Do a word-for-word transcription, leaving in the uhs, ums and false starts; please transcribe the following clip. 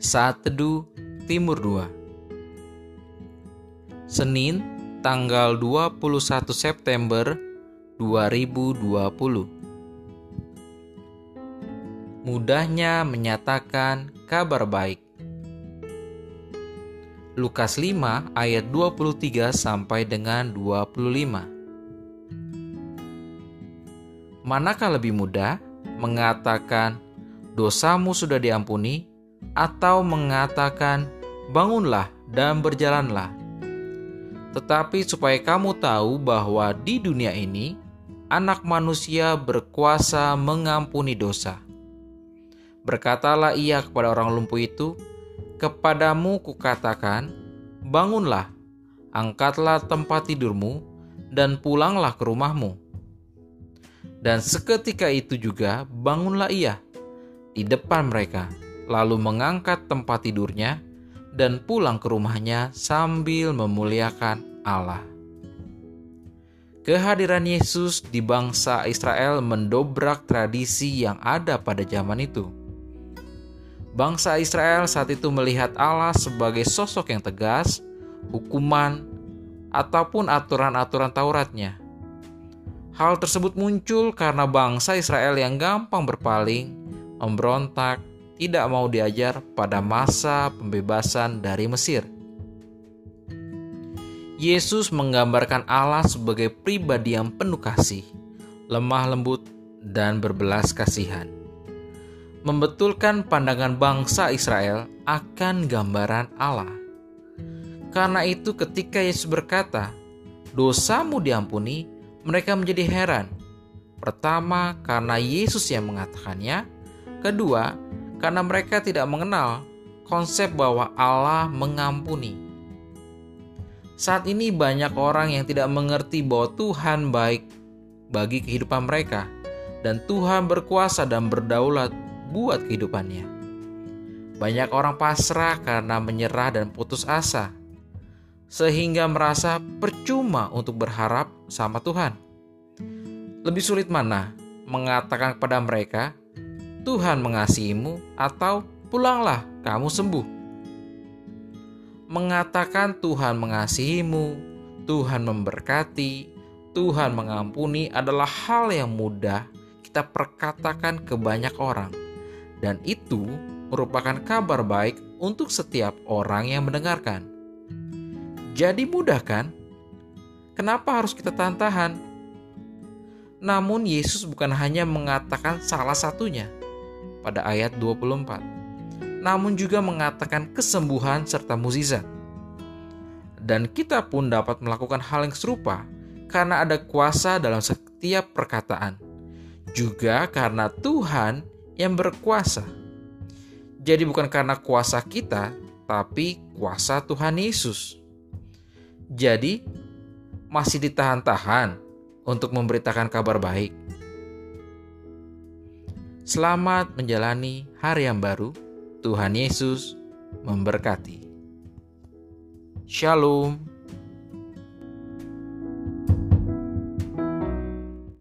Saat Teduh Timur dua. Senin, tanggal dua puluh satu September dua ribu dua puluh. Mudahnya menyatakan kabar baik. Lukas lima ayat dua puluh tiga sampai dengan dua puluh lima. Manakah lebih mudah mengatakan dosamu sudah diampuni, atau mengatakan bangunlah dan berjalanlah? Tetapi supaya kamu tahu bahwa di dunia ini Anak Manusia berkuasa mengampuni dosa. Berkatalah ia kepada orang lumpuh itu, kepadamu kukatakan, bangunlah, angkatlah tempat tidurmu, dan pulanglah ke rumahmu. Dan seketika itu juga bangunlah ia di depan mereka, lalu mengangkat tempat tidurnya dan pulang ke rumahnya sambil memuliakan Allah. Kehadiran Yesus di bangsa Israel mendobrak tradisi yang ada pada zaman itu. Bangsa Israel saat itu melihat Allah sebagai sosok yang tegas, hukuman, ataupun aturan-aturan Tauratnya. Hal tersebut muncul karena bangsa Israel yang gampang berpaling, memberontak, tidak mau diajar pada masa pembebasan dari Mesir. Yesus menggambarkan Allah sebagai pribadi yang penuh kasih, lemah lembut, dan berbelas kasihan. Membetulkan pandangan bangsa Israel akan gambaran Allah. Karena itu ketika Yesus berkata, dosamu diampuni, mereka menjadi heran. Pertama, karena Yesus yang mengatakannya. Kedua, karena mereka tidak mengenal konsep bahwa Allah mengampuni. Saat ini banyak orang yang tidak mengerti bahwa Tuhan baik bagi kehidupan mereka, dan Tuhan berkuasa dan berdaulat buat kehidupannya. Banyak orang pasrah karena menyerah dan putus asa, sehingga merasa percuma untuk berharap sama Tuhan. Lebih sulit mana mengatakan kepada mereka, Tuhan mengasihimu, atau pulanglah kamu sembuh? Mengatakan Tuhan mengasihimu, Tuhan memberkati, Tuhan mengampuni adalah hal yang mudah kita perkatakan ke banyak orang, dan itu merupakan kabar baik untuk setiap orang yang mendengarkan. Jadi mudah kan? Kenapa harus kita tahan-tahan? Namun Yesus bukan hanya mengatakan salah satunya pada ayat dua puluh empat, namun juga mengatakan kesembuhan serta mukjizat. Dan kita pun dapat melakukan hal yang serupa karena ada kuasa dalam setiap perkataan, juga karena Tuhan yang berkuasa. Jadi bukan karena kuasa kita, tapi kuasa Tuhan Yesus. Jadi masih ditahan-tahan untuk memberitakan kabar baik. Selamat menjalani hari yang baru. Tuhan Yesus memberkati. Shalom.